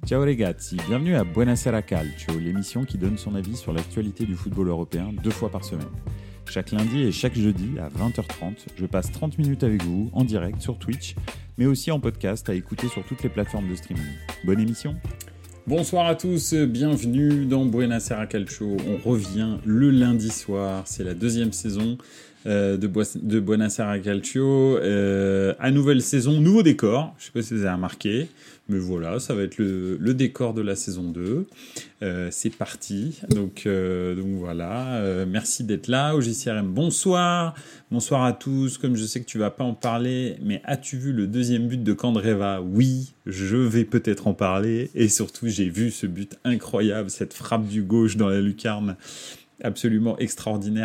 Ciao ragazzi, bienvenue à Buonasera Calcio, l'émission qui donne son avis sur l'actualité du football européen 2 fois par semaine. Chaque lundi et chaque jeudi à 20h30, je passe 30 minutes avec vous en direct sur Twitch, mais aussi en podcast à écouter sur toutes les plateformes de streaming. Bonne émission. Bonsoir à tous, bienvenue dans Buonasera Calcio. On revient le lundi soir, c'est la deuxième saison de Buonasera Calcio. À nouvelle saison, nouveau décor, je ne sais pas si vous avez remarqué, mais voilà, ça va être le décor de la saison 2. C'est parti, donc voilà, merci d'être là. Au JCRM, bonsoir à tous. Comme je sais que tu vas pas en parler, mais as-tu vu le deuxième but de Candreva ? Oui, je vais peut-être en parler, et surtout j'ai vu ce but incroyable, cette frappe du gauche dans la lucarne, absolument extraordinaire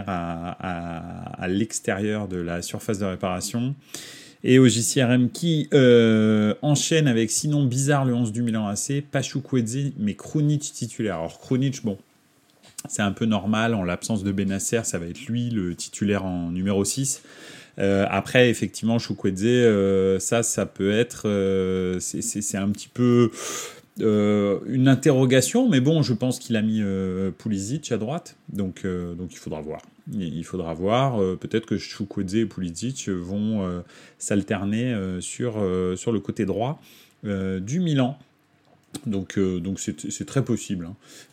à l'extérieur de la surface de réparation. Et au JCRM qui enchaîne avec, sinon bizarre, le 11 du Milan AC, pas Chukwueze, mais Krunic titulaire. Alors Krunic, bon, c'est un peu normal, en l'absence de Benacer, ça va être lui le titulaire en numéro 6. Après, effectivement, Chukwueze, ça peut être... c'est un petit peu... une interrogation, mais bon, je pense qu'il a mis Pulisic à droite, donc il faudra voir. Il faudra voir, peut-être que Chukwueze et Pulisic vont s'alterner sur le côté droit du Milan. Donc c'est très possible.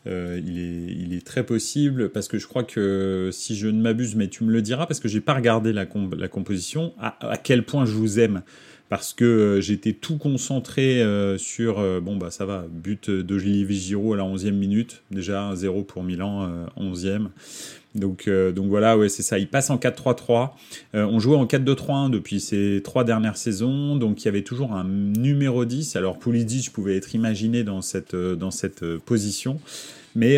Il est très possible, parce que je crois que, si je ne m'abuse, mais tu me le diras, parce que j'ai pas regardé la composition, à quel point je vous aime. Parce que j'étais tout concentré sur... ça va, but d'Olivier Giroud à la 11e minute. Déjà 1-0 pour Milan, 11e. Donc voilà, ouais, c'est ça. Il passe en 4-3-3. On jouait en 4-2-3-1 depuis ces 3 dernières saisons. Donc il y avait toujours un numéro 10. Alors Pulisic pouvait être imaginé dans cette position. Mais...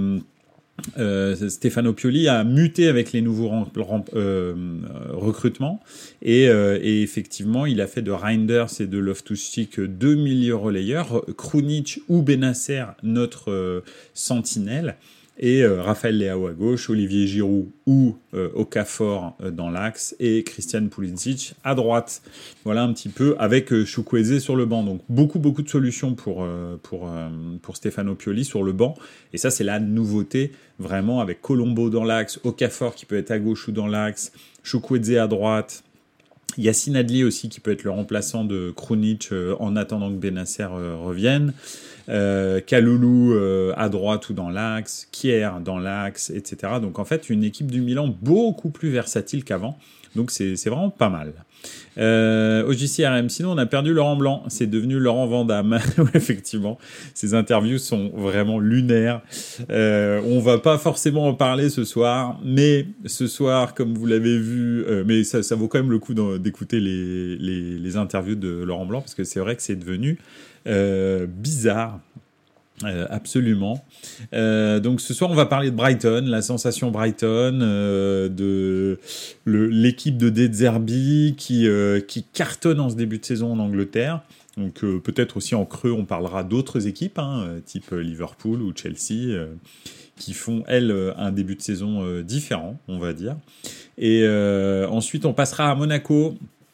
Stefano Pioli a muté avec les nouveaux recrutements et effectivement il a fait de Reinders et de Loftus-Cheek 2 milieux relayeurs, Krunic ou Benacer notre sentinelle, et Raphaël Leao à gauche, Olivier Giroud ou Okafor dans l'axe, et Christian Pulisic à droite. Voilà un petit peu, avec Chukwueze sur le banc. Donc beaucoup de solutions pour Stefano Pioli sur le banc. Et ça, c'est la nouveauté, vraiment, avec Colombo dans l'axe, Okafor qui peut être à gauche ou dans l'axe, Chukwueze à droite, Yacine Adli aussi qui peut être le remplaçant de Krunic en attendant que Benacer revienne. Kalulu à droite ou dans l'axe, Kier dans l'axe, etc. Donc en fait, une équipe du Milan beaucoup plus versatile qu'avant. Donc c'est vraiment pas mal. Au JCRM, sinon on a perdu Laurent Blanc, c'est devenu Laurent Van Damme. Effectivement, ces interviews sont vraiment lunaires. On va pas forcément en parler ce soir, mais ce soir, comme vous l'avez vu, mais ça vaut quand même le coup d'écouter les interviews de Laurent Blanc, parce que c'est vrai que c'est devenu bizarre. Absolument. Donc ce soir on va parler de Brighton, la sensation Brighton, de l'équipe de De Zerbi qui cartonne en ce début de saison en Angleterre. Donc peut-être aussi en creux on parlera d'autres équipes, type Liverpool ou Chelsea, qui font elles un début de saison différent, on va dire. Et ensuite on passera à Monaco.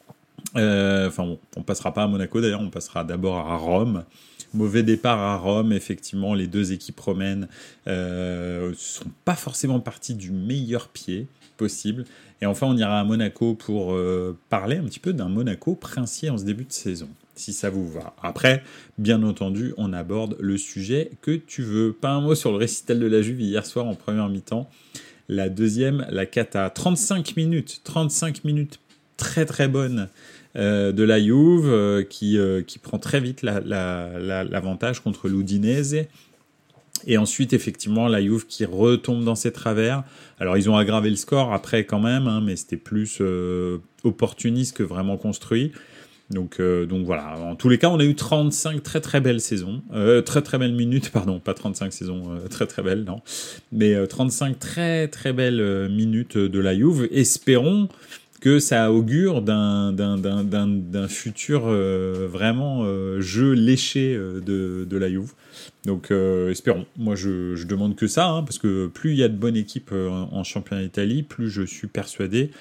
On passera pas à Monaco d'ailleurs, on passera d'abord à Rome. Mauvais départ à Rome, effectivement, les deux équipes romaines sont pas forcément parties du meilleur pied possible. Et enfin, on ira à Monaco pour parler un petit peu d'un Monaco princier en ce début de saison, si ça vous va. Après, bien entendu, on aborde le sujet que tu veux. Pas un mot sur le récital de la Juve hier soir en première mi-temps. La deuxième, la cata. 35 minutes très très bonnes de la Juve qui prend très vite l'avantage contre l'Udinese. Et ensuite, effectivement, la Juve qui retombe dans ses travers. Alors, ils ont aggravé le score après quand même, mais c'était plus opportuniste que vraiment construit. Donc voilà. En tous les cas, on a eu 35 très très belles saisons. Très très belles minutes, pardon. Pas 35 saisons très très belles, non. Mais 35 très très belles minutes de la Juve. Espérons que ça augure d'un futur vraiment jeu léché de la Juve. Donc espérons. Moi je demande que ça, parce que plus il y a de bonnes équipes en championnat d'Italie, plus je suis persuadé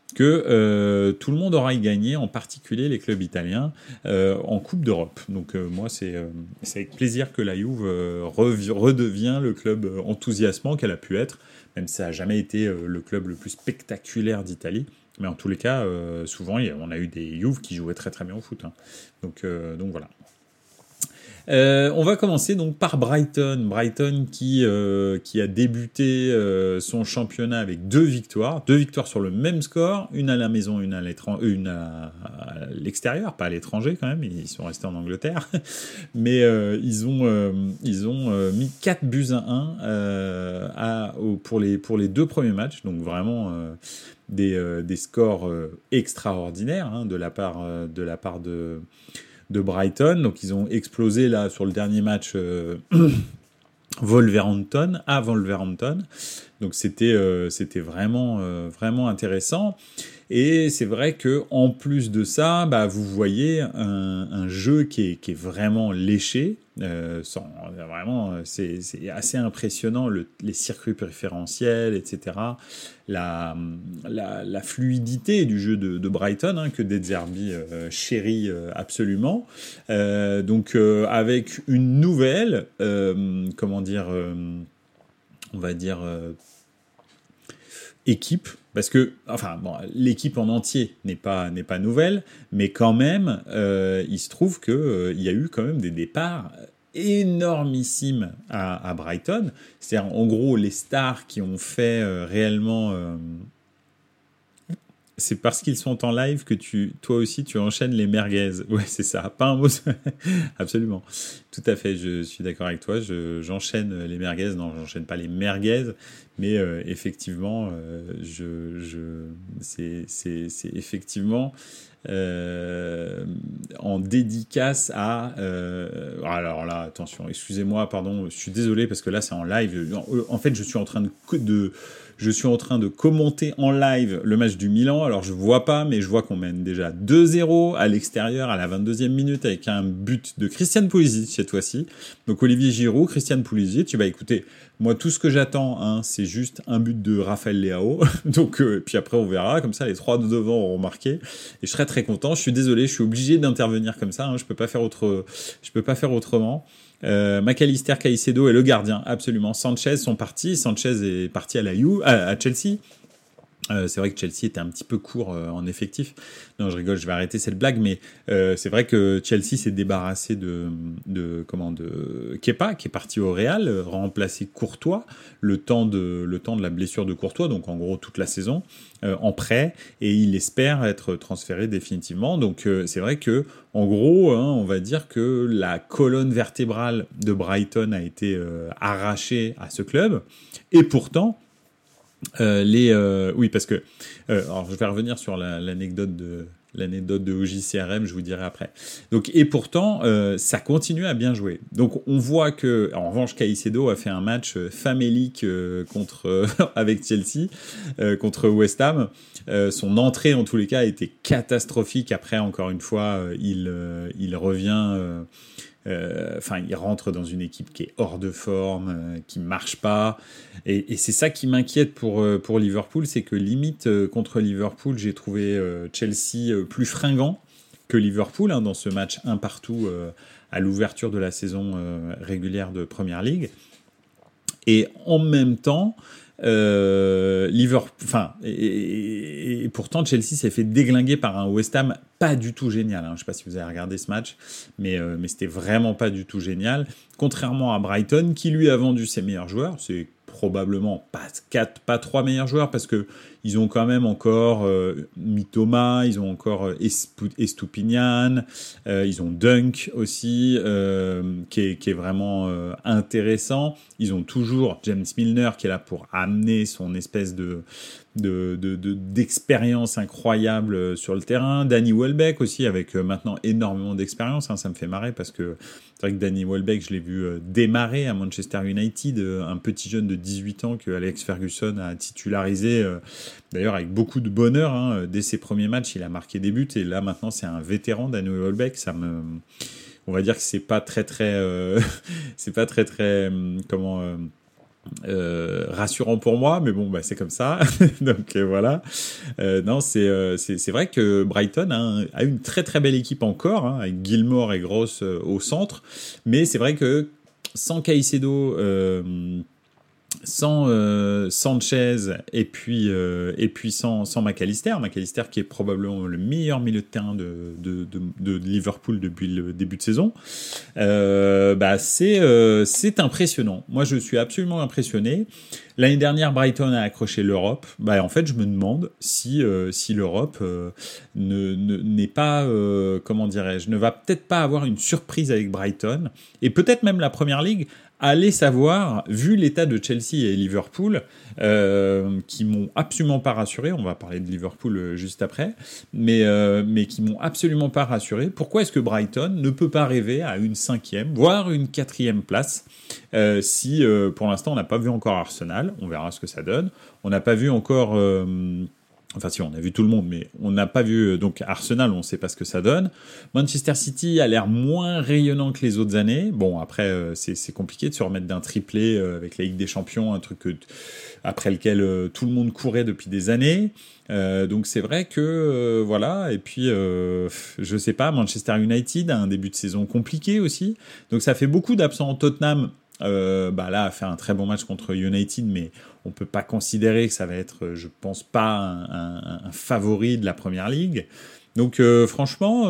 que tout le monde aura y gagné, en particulier les clubs italiens, en Coupe d'Europe. Donc moi, c'est avec plaisir que la Juve redevient le club enthousiasmant qu'elle a pu être, même si ça n'a jamais été le club le plus spectaculaire d'Italie. Mais en tous les cas, souvent, on a eu des Juve qui jouaient très très bien au foot. Hein. Donc voilà. On va commencer donc par Brighton. Brighton qui a débuté son championnat avec deux victoires sur le même score, une à la maison, une à l'extérieur, pas à l'étranger quand même, ils sont restés en Angleterre, mais ils ont mis 4 buts à 1 pour les deux premiers matchs, donc vraiment des scores extraordinaires hein, de la part de Brighton. Donc ils ont explosé là sur le dernier match Wolverhampton. Donc c'était vraiment intéressant. Et c'est vrai que en plus de ça, bah, vous voyez un jeu qui est vraiment léché. C'est assez impressionnant les circuits préférentiels, etc. La fluidité du jeu de Brighton hein, que De Zerbi chérit absolument. Avec une nouvelle, on va dire équipe, parce que l'équipe en entier n'est pas nouvelle, mais quand même il se trouve que il y a eu quand même des départs énormissimes à Brighton, c'est-à-dire en gros les stars qui ont fait réellement c'est parce qu'ils sont en live que toi aussi, tu enchaînes les merguez. Ouais, c'est ça. Pas un mot. Absolument. Tout à fait. Je suis d'accord avec toi. J'enchaîne les merguez. Non, j'enchaîne pas les merguez. Mais effectivement, c'est effectivement en dédicace à. Alors là, attention. Excusez-moi, pardon. Je suis désolé parce que là, c'est en live. En fait, je suis en train de commenter en live le match du Milan. Alors, je vois pas, mais je vois qu'on mène déjà 2-0 à l'extérieur à la 22e minute avec un but de Christian Pulisic cette fois-ci. Donc, Olivier Giroud, Christian Pulisic. Tu vas écouter. Moi, tout ce que j'attends, hein, c'est juste un but de Raphaël Leao. Donc, puis après, on verra. Comme ça, les trois de devant auront marqué. Et je serai très content. Je suis désolé, je suis obligé d'intervenir comme ça. Hein. Je peux pas faire autrement. McAllister, Caicedo et le gardien, absolument. Sanchez sont partis. Sanchez est parti à Chelsea. C'est vrai que Chelsea était un petit peu court en effectif. Non, je rigole, je vais arrêter cette blague, mais c'est vrai que Chelsea s'est débarrassé de Kepa, qui est parti au Real, remplacer Courtois, le temps de la blessure de Courtois, donc en gros toute la saison, en prêt, et il espère être transféré définitivement. Donc c'est vrai que, en gros, hein, on va dire que la colonne vertébrale de Brighton a été arrachée à ce club, et pourtant, oui, parce que alors je vais revenir sur l'anecdote de OJCRM, je vous dirai après. Donc et pourtant ça continue à bien jouer. Donc on voit que en revanche Caicedo a fait un match famélique avec Chelsea contre West Ham. Son entrée en tous les cas a été catastrophique. Après encore une fois il revient. Il rentre dans une équipe qui est hors de forme, qui marche pas, et c'est ça qui m'inquiète pour Liverpool, c'est que limite contre Liverpool, j'ai trouvé Chelsea plus fringant que Liverpool hein, dans ce match un partout à l'ouverture de la saison régulière de Premier League, et en même temps. Et pourtant Chelsea s'est fait déglinguer par un West Ham pas du tout génial. Hein. Je ne sais pas si vous avez regardé ce match, mais c'était vraiment pas du tout génial. Contrairement à Brighton, qui lui a vendu ses meilleurs joueurs, c'est probablement pas 3 meilleurs joueurs parce que ils ont quand même encore Mitoma, ils ont encore Estupiñán, ils ont Dunk aussi qui est vraiment intéressant. Ils ont toujours James Milner qui est là pour amener son espèce d'expérience incroyable sur le terrain. Danny Welbeck aussi avec maintenant énormément d'expérience, hein, ça me fait marrer parce que c'est vrai que Danny Welbeck, je l'ai vu démarrer à Manchester United, un petit jeune de 18 ans que Alex Ferguson a titularisé, d'ailleurs avec beaucoup de bonheur. Hein, dès ses premiers matchs, il a marqué des buts et là maintenant c'est un vétéran, Danny Welbeck. On va dire que c'est pas très rassurant pour moi, mais bon, bah, c'est comme ça. Donc voilà. Non, c'est vrai que Brighton a une très très belle équipe encore, hein, avec Gilmour et Gross au centre, mais c'est vrai que sans Caicedo, sans Sanchez et puis sans McAllister qui est probablement le meilleur milieu de terrain de Liverpool depuis le début de saison, bah c'est impressionnant. Moi je suis absolument impressionné. L'année dernière Brighton a accroché l'Europe. Bah en fait je me demande si l'Europe n'est pas comment dirais-je, ne va peut-être pas avoir une surprise avec Brighton et peut-être même la Première Ligue. Allez savoir, vu l'état de Chelsea et Liverpool, qui m'ont absolument pas rassuré, on va parler de Liverpool juste après, mais qui m'ont absolument pas rassuré, pourquoi est-ce que Brighton ne peut pas rêver à une 5e, voire une 4e place, si pour l'instant on n'a pas vu encore Arsenal, on verra ce que ça donne, on n'a pas vu encore... Enfin, si, on a vu tout le monde, mais on n'a pas vu donc Arsenal, on ne sait pas ce que ça donne. Manchester City a l'air moins rayonnant que les autres années. Bon, après, c'est compliqué de se remettre d'un triplé avec la Ligue des Champions, un truc après lequel tout le monde courait depuis des années. Donc c'est vrai que voilà. Et puis je sais pas, Manchester United a un début de saison compliqué aussi. Donc ça fait beaucoup d'absents. Tottenham. Bah là a fait un très bon match contre United, mais on peut pas considérer que ça va être, je pense pas, un favori de la Première Ligue. Donc franchement,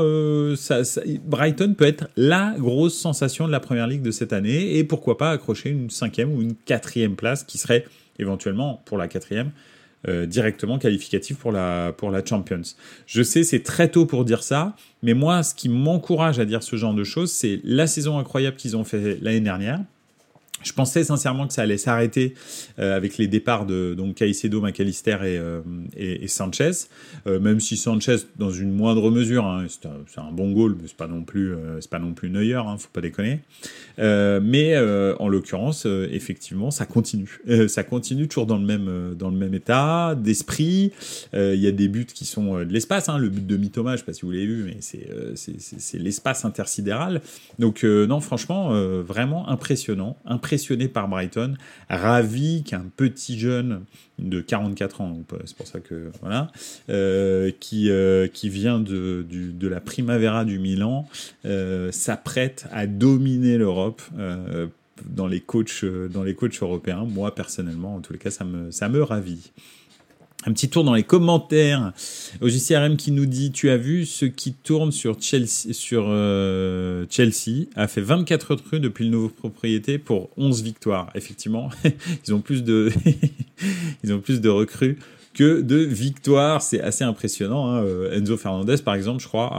Brighton peut être la grosse sensation de la Première Ligue de cette année, et pourquoi pas accrocher une 5e ou une 4e place qui serait éventuellement pour la 4e directement qualificatif pour la Champions. Je sais, c'est très tôt pour dire ça, mais moi, ce qui m'encourage à dire ce genre de choses, c'est la saison incroyable qu'ils ont fait l'année dernière. Je pensais sincèrement que ça allait s'arrêter avec les départs de donc Caicedo, McAllister et Sanchez. Même si Sanchez, dans une moindre mesure, hein, c'est un bon goal, mais c'est pas non plus Neuer, hein, faut pas déconner. Mais en l'occurrence, effectivement, ça continue. Ça continue toujours dans le même état d'esprit. Il y a des buts qui sont de l'espace. Hein, le but de Mitoma, je sais pas si vous l'avez vu, mais c'est l'espace intersidéral. Donc non, franchement, vraiment impressionné par Brighton, ravi qu'un petit jeune de 44 ans, c'est pour ça que voilà, qui vient de la Primavera du Milan, s'apprête à dominer l'Europe dans les coachs européens. Moi personnellement, en tous les cas, ça me ravit. Un petit tour dans les commentaires. OJCRM qui nous dit: tu as vu ce qui tourne sur Chelsea, Chelsea a fait 24 recrues depuis le nouveau propriété pour 11 victoires. Effectivement, ils ont plus de recrues que de victoires. C'est assez impressionnant. Hein. Enzo Fernandez, par exemple, je crois,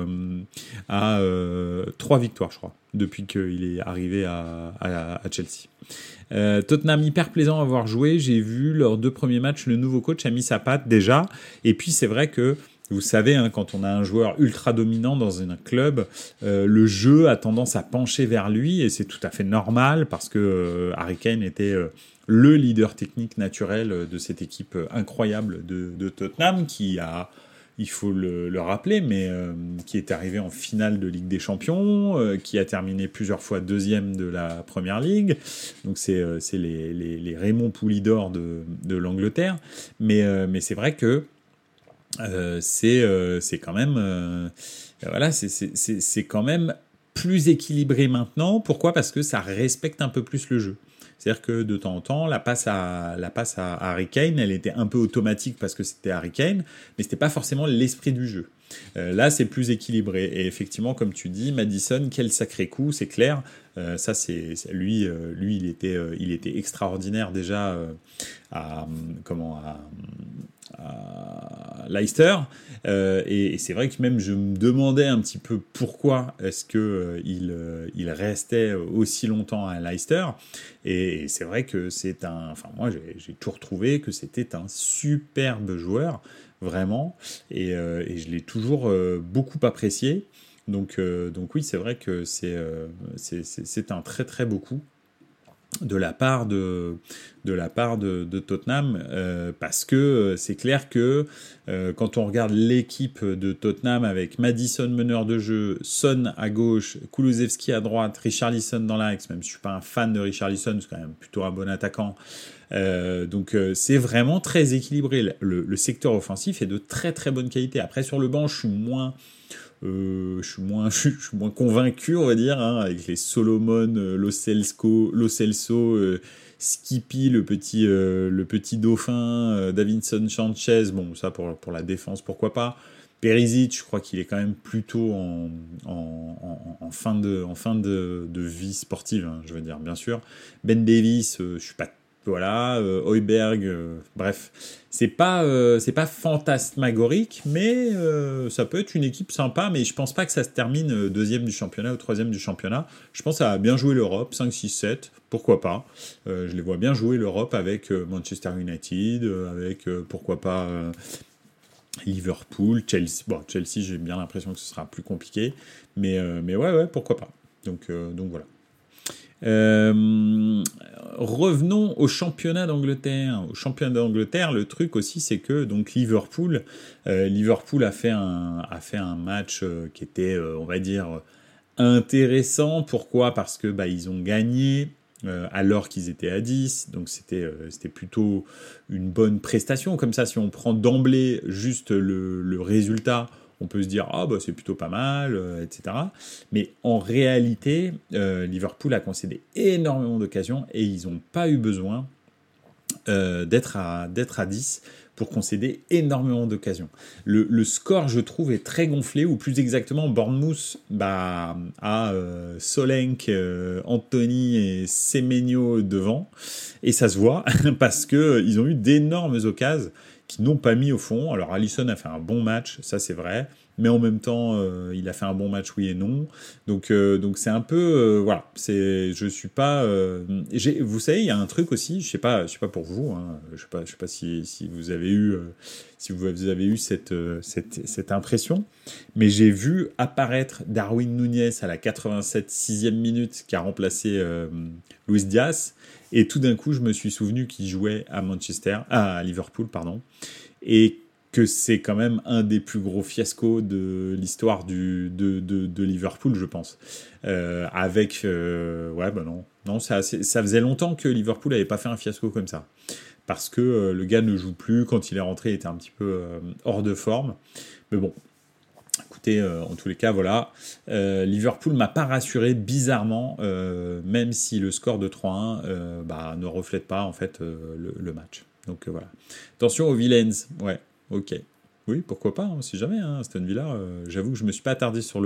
a 3 victoires, je crois, depuis qu'il est arrivé à Chelsea. Tottenham, hyper plaisant à avoir joué. J'ai vu leurs 2 premiers matchs, le nouveau coach a mis sa patte déjà. Et puis c'est vrai que vous savez, hein, quand on a un joueur ultra dominant dans un club, le jeu a tendance à pencher vers lui, et c'est tout à fait normal parce que Harry Kane était le leader technique naturel de cette équipe incroyable de Tottenham, qui a, il faut le rappeler, mais qui est arrivé en finale de Ligue des Champions, qui a terminé plusieurs fois 2e de la Première Ligue. Donc c'est les Raymond Poulidor de l'Angleterre. Mais c'est vrai que c'est quand même voilà, c'est quand même plus équilibré maintenant. Pourquoi ? Parce que ça respecte un peu plus le jeu. C'est-à-dire que de temps en temps, la passe à Harry Kane, elle était un peu automatique parce que c'était Harry Kane, mais c'était pas forcément l'esprit du jeu. Là, c'est plus équilibré. Et effectivement, comme tu dis, Maddison, quel sacré coup, c'est clair. Ça, c'est lui, il était extraordinaire déjà à Leicester, et c'est vrai que même je me demandais un petit peu pourquoi est-ce que il restait aussi longtemps à Leicester, et c'est vrai que moi j'ai toujours trouvé que c'était un superbe joueur, vraiment, et je l'ai toujours beaucoup apprécié. Donc oui, c'est vrai que c'est un très très beau coup. de Tottenham, parce que c'est clair que quand on regarde l'équipe de Tottenham avec Maddison meneur de jeu, Son à gauche, Kulusevski à droite, Richarlison dans l'axe, même si je suis pas un fan de Richarlison, c'est quand même plutôt un bon attaquant. Donc c'est vraiment très équilibré. Le secteur offensif est de très très bonne qualité. Après sur le banc, je suis moins convaincu, on va dire, hein, avec les Solomon, Lo Celso, Skippy, le petit dauphin, Davinson Sanchez. Bon, ça pour la défense, pourquoi pas. Perisic, je crois qu'il est quand même plutôt en fin de vie sportive, hein, je veux dire, bien sûr. Ben Davies, je suis pas, voilà, Højbjerg, bref, c'est pas fantasmagorique, mais ça peut être une équipe sympa, mais je pense pas que ça se termine deuxième du championnat ou troisième du championnat. Je pense à bien jouer l'Europe, 5, 6, 7, pourquoi pas. Je les vois bien jouer l'Europe avec Manchester United, avec pourquoi pas Liverpool, Chelsea. Bon, Chelsea, j'ai bien l'impression que ce sera plus compliqué, mais ouais, pourquoi pas. Donc voilà. Revenons au championnat d'Angleterre. Au championnat d'Angleterre, le truc aussi, c'est que donc Liverpool a fait un match qui était, on va dire, intéressant. Pourquoi ? Parce que ils ont gagné alors qu'ils étaient à 10, donc c'était plutôt une bonne prestation. Comme ça, si on prend d'emblée juste le résultat, on peut se dire c'est plutôt pas mal, etc. Mais en réalité, Liverpool a concédé énormément d'occasions et ils n'ont pas eu besoin d'être à 10 pour concéder énormément d'occasions. Le score, je trouve, est très gonflé, ou plus exactement, Bournemouth a Solanke, Anthony et Semenyo devant, et ça se voit, parce qu'ils ont eu d'énormes occasions qui n'ont pas mis au fond. Alors Alisson a fait un bon match, ça c'est vrai, mais en même temps, il a fait un bon match, oui et non. Donc c'est un peu, voilà, je suis pas. Vous savez, il y a un truc aussi, je sais pas pour vous, hein, je sais pas si vous avez eu, cette impression, mais j'ai vu apparaître Darwin Núñez à la 6e minute, qui a remplacé Luis Diaz. Et tout d'un coup, je me suis souvenu qu'il jouait à Liverpool, pardon, et que c'est quand même un des plus gros fiascos de l'histoire de Liverpool, je pense. Non, ça faisait longtemps que Liverpool n'avait pas fait un fiasco comme ça, parce que le gars ne joue plus. Quand il est rentré, il était un petit peu hors de forme. Mais bon. Écoutez, en tous les cas, voilà. Liverpool m'a pas rassuré, bizarrement, même si le score de 3-1 ne reflète pas en fait le match. Donc voilà. Attention aux Villains. Ouais, ok. Oui, pourquoi pas, on sait jamais. Aston Villa, j'avoue que je me suis pas attardé sur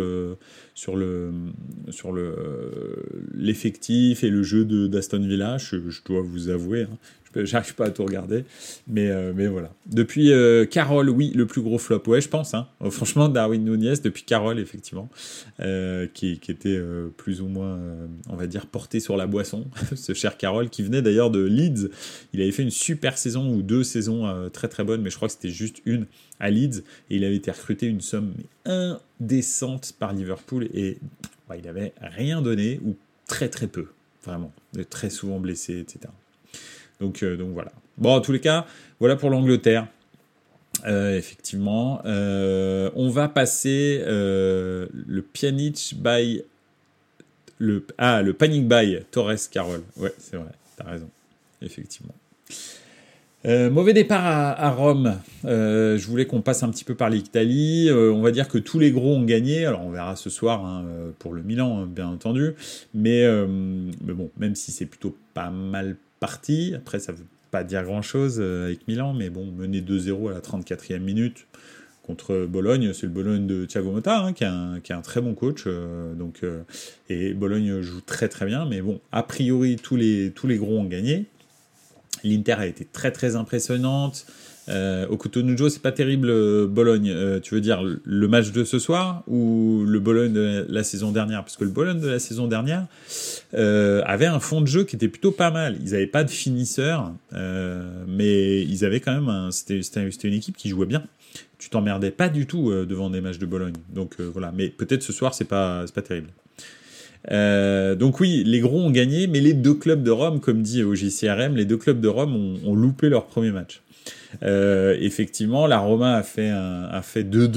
l'effectif et le jeu d'Aston Villa. Je dois vous avouer. J'arrive pas à tout regarder, mais voilà. Depuis Carroll, oui, le plus gros flop, ouais, je pense. Franchement, Darwin Núñez, depuis Carroll, effectivement, qui était plus ou moins, on va dire, porté sur la boisson, ce cher Carroll, qui venait d'ailleurs de Leeds. Il avait fait une super saison, ou 2 saisons très très bonnes, mais je crois que c'était juste une à Leeds, et il avait été recruté une somme indécente par Liverpool, et il avait rien donné, ou très très peu, vraiment, très souvent blessé, etc. Donc voilà. Bon, en tous les cas, voilà pour l'Angleterre. Effectivement. On va passer le Panic by Torres Carroll. Ouais, c'est vrai, t'as raison. Effectivement. Mauvais départ à Rome. Je voulais qu'on passe un petit peu par l'Italie. On va dire que tous les gros ont gagné. Alors on verra ce soir pour le Milan, bien entendu. Mais bon, même si c'est plutôt pas mal parti. Après, ça ne veut pas dire grand-chose avec Milan, mais bon, mener 2-0 à la 34e minute contre Bologne, c'est le Bologne de Thiago Motta, qui est un très bon coach. Et Bologne joue très très bien, mais bon, a priori, tous les gros ont gagné. L'Inter a été très très impressionnante. Au Cotonou, c'est pas terrible Bologne. Tu veux dire le match de ce soir ou le Bologne de la saison dernière ? Parce que le Bologne de la saison dernière avait un fond de jeu qui était plutôt pas mal. Ils n'avaient pas de finisseur, mais ils avaient quand même c'était une équipe qui jouait bien. Tu t'emmerdais pas du tout devant des matchs de Bologne. Donc voilà. Mais peut-être ce soir c'est pas terrible. Donc oui, les gros ont gagné, mais les deux clubs de Rome, comme dit au JCRM, les deux clubs de Rome ont loupé leur premier match. Effectivement, la Roma a fait 2-2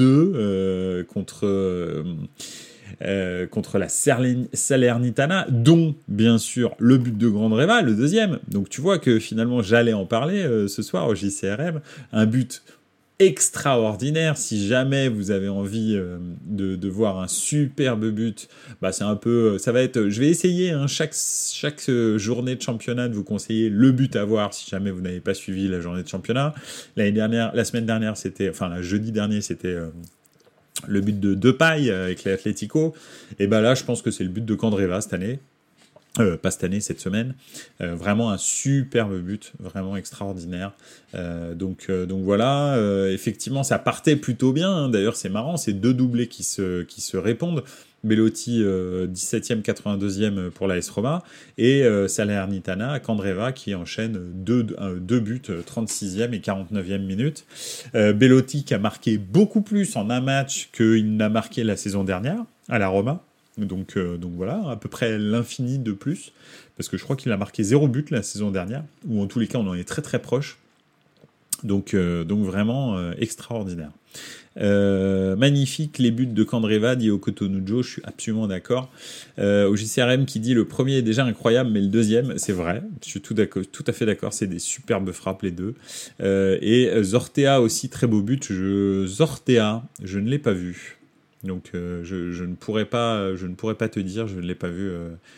contre la Salernitana, dont bien sûr le but de Grandreva, le deuxième. Donc tu vois que finalement j'allais en parler ce soir au JCRM, un but extraordinaire. Si jamais vous avez envie de voir un superbe but, bah c'est un peu, ça va être, je vais essayer chaque journée de championnat de vous conseiller le but à voir si jamais vous n'avez pas suivi la journée de championnat. La semaine dernière, jeudi dernier, c'était le but de Depay avec l'Atlético. Et ben là, je pense que c'est le but de Candreva cette année. Pas cette année, cette semaine. Vraiment un superbe but, vraiment extraordinaire. Donc voilà, effectivement, ça partait plutôt bien. D'ailleurs, c'est marrant, c'est deux doublés qui se répondent. Belotti 17e, 82e pour l'AS Roma et Salernitana, Candreva qui enchaîne deux buts 36e et 49e minute. Belotti qui a marqué beaucoup plus en un match qu'il n'a marqué la saison dernière à la Roma. Donc voilà, à peu près l'infini de plus, parce que je crois qu'il a marqué 0 but la saison dernière, ou en tous les cas on en est très très proche. Donc vraiment extraordinaire. Magnifique les buts de Candreva, dit Okotonujo, je suis absolument d'accord. Au JCRM qui dit le premier est déjà incroyable, mais le deuxième, c'est vrai, je suis tout à fait d'accord, c'est des superbes frappes les deux. Et Zortea aussi, très beau but. Zortea, je ne l'ai pas vu. Donc je ne pourrais pas te dire, je ne l'ai pas vu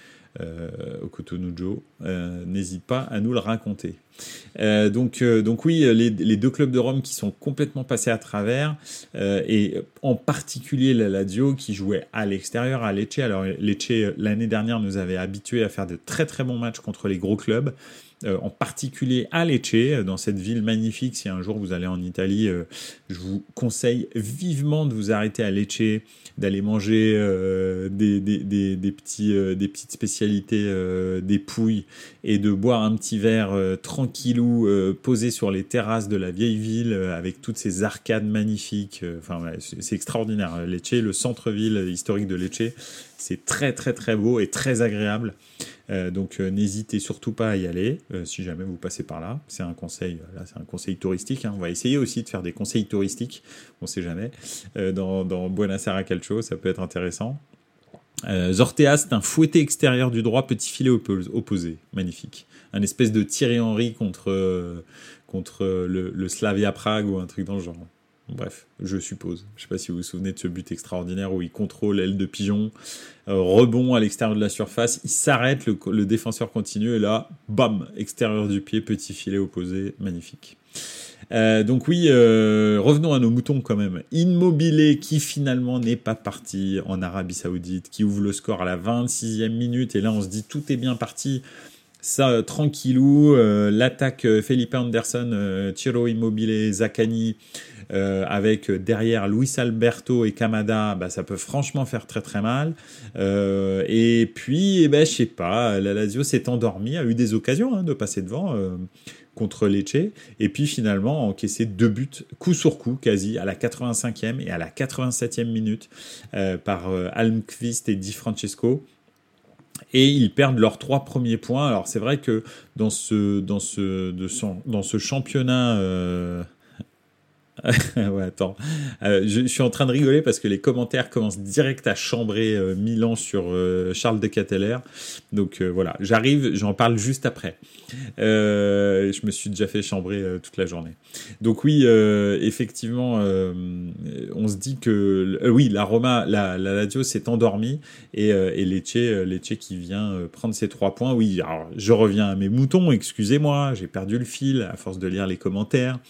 Okotonujo. N'hésite pas à nous le raconter. Donc oui, les deux clubs de Rome qui sont complètement passés à travers, et en particulier la Lazio qui jouait à l'extérieur à Lecce. Alors Lecce l'année dernière nous avait habitués à faire de très très bons matchs contre les gros clubs. En particulier à Lecce, dans cette ville magnifique. Si un jour vous allez en Italie, je vous conseille vivement de vous arrêter à Lecce, d'aller manger des petites spécialités, des pouilles, et de boire un petit verre tranquillou, posé sur les terrasses de la vieille ville, avec toutes ces arcades magnifiques. C'est extraordinaire. Lecce, le centre-ville historique de Lecce, c'est très très très beau et très agréable. Donc n'hésitez surtout pas à y aller si jamais vous passez par là. C'est un conseil touristique. On va essayer aussi de faire des conseils touristiques. On ne sait jamais. Dans Buenos Aires Calcio, ça peut être intéressant. Zortea, c'est un fouetté extérieur du droit, petit filet opposé. Magnifique. Un espèce de Thierry Henry contre le Slavia Prague ou un truc dans le genre. Bref, je suppose. Je ne sais pas si vous vous souvenez de ce but extraordinaire où il contrôle l'aile de pigeon, rebond à l'extérieur de la surface, il s'arrête, le défenseur continue, et là, bam, extérieur du pied, petit filet opposé, magnifique. Donc oui, revenons à nos moutons quand même. Immobile qui finalement n'est pas parti en Arabie Saoudite, qui ouvre le score à la 26e minute, et là on se dit tout est bien parti. Ça, tranquillou, l'attaque Felipe Anderson, Ciro Immobile, Zaccagni, avec derrière Luis Alberto et Kamada, ça peut franchement faire très très mal. Et puis, je sais pas, la Lazio s'est endormie, a eu des occasions de passer devant contre Lecce, et puis finalement encaissé 2 buts coup sur coup quasi à la 85e et à la 87e minute par Almqvist et Di Francesco. Et ils perdent leurs 3 premiers points. Alors c'est vrai que dans ce championnat, ouais, attends. Je suis en train de rigoler parce que les commentaires commencent direct à chambrer Milan sur Charles de Ketteler. Donc voilà, j'arrive, j'en parle juste après. Je me suis déjà fait chambrer toute la journée. Donc oui, effectivement, on se dit que oui, la Roma, la Lazio s'est endormie, et Lecce qui vient prendre ses 3 points. Oui, alors je reviens à mes moutons, excusez-moi, j'ai perdu le fil à force de lire les commentaires.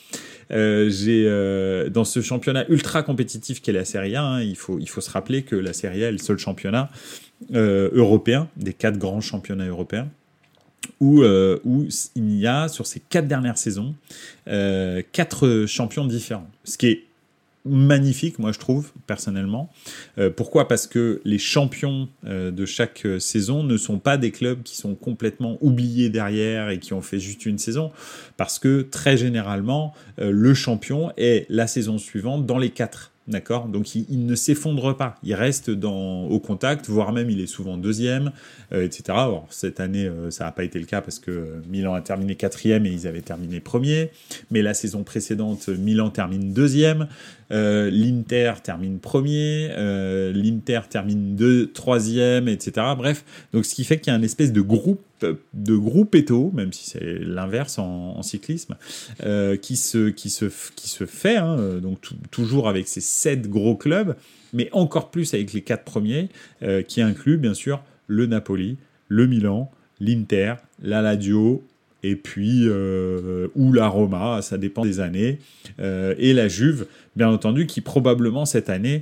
Dans ce championnat ultra compétitif qu'est la Serie A, il faut se rappeler que la Serie A est le seul championnat européen, des 4 grands championnats européens, où il y a, sur ces 4 dernières saisons, 4 champions différents. Ce qui est magnifique, moi je trouve, personnellement. Pourquoi ? Parce que les champions de chaque saison ne sont pas des clubs qui sont complètement oubliés derrière et qui ont fait juste une saison, parce que très généralement, le champion est la saison suivante dans les 4. d'accord ? Donc il ne s'effondre pas, il reste au contact, voire même il est souvent deuxième, etc. Alors, cette année, ça n'a pas été le cas parce que Milan a terminé quatrième et ils avaient terminé premier, mais la saison précédente, Milan termine deuxième, l'Inter termine premier, l'Inter termine troisième, etc. Bref, donc ce qui fait qu'il y a une espèce de groupetto, même si c'est l'inverse en cyclisme, qui se fait, hein, donc toujours avec ces 7 gros clubs, mais encore plus avec les 4 premiers, qui incluent bien sûr le Napoli, le Milan, l'Inter, la Lazio, et puis ou la Roma, ça dépend des années, et la Juve, bien entendu, qui probablement cette année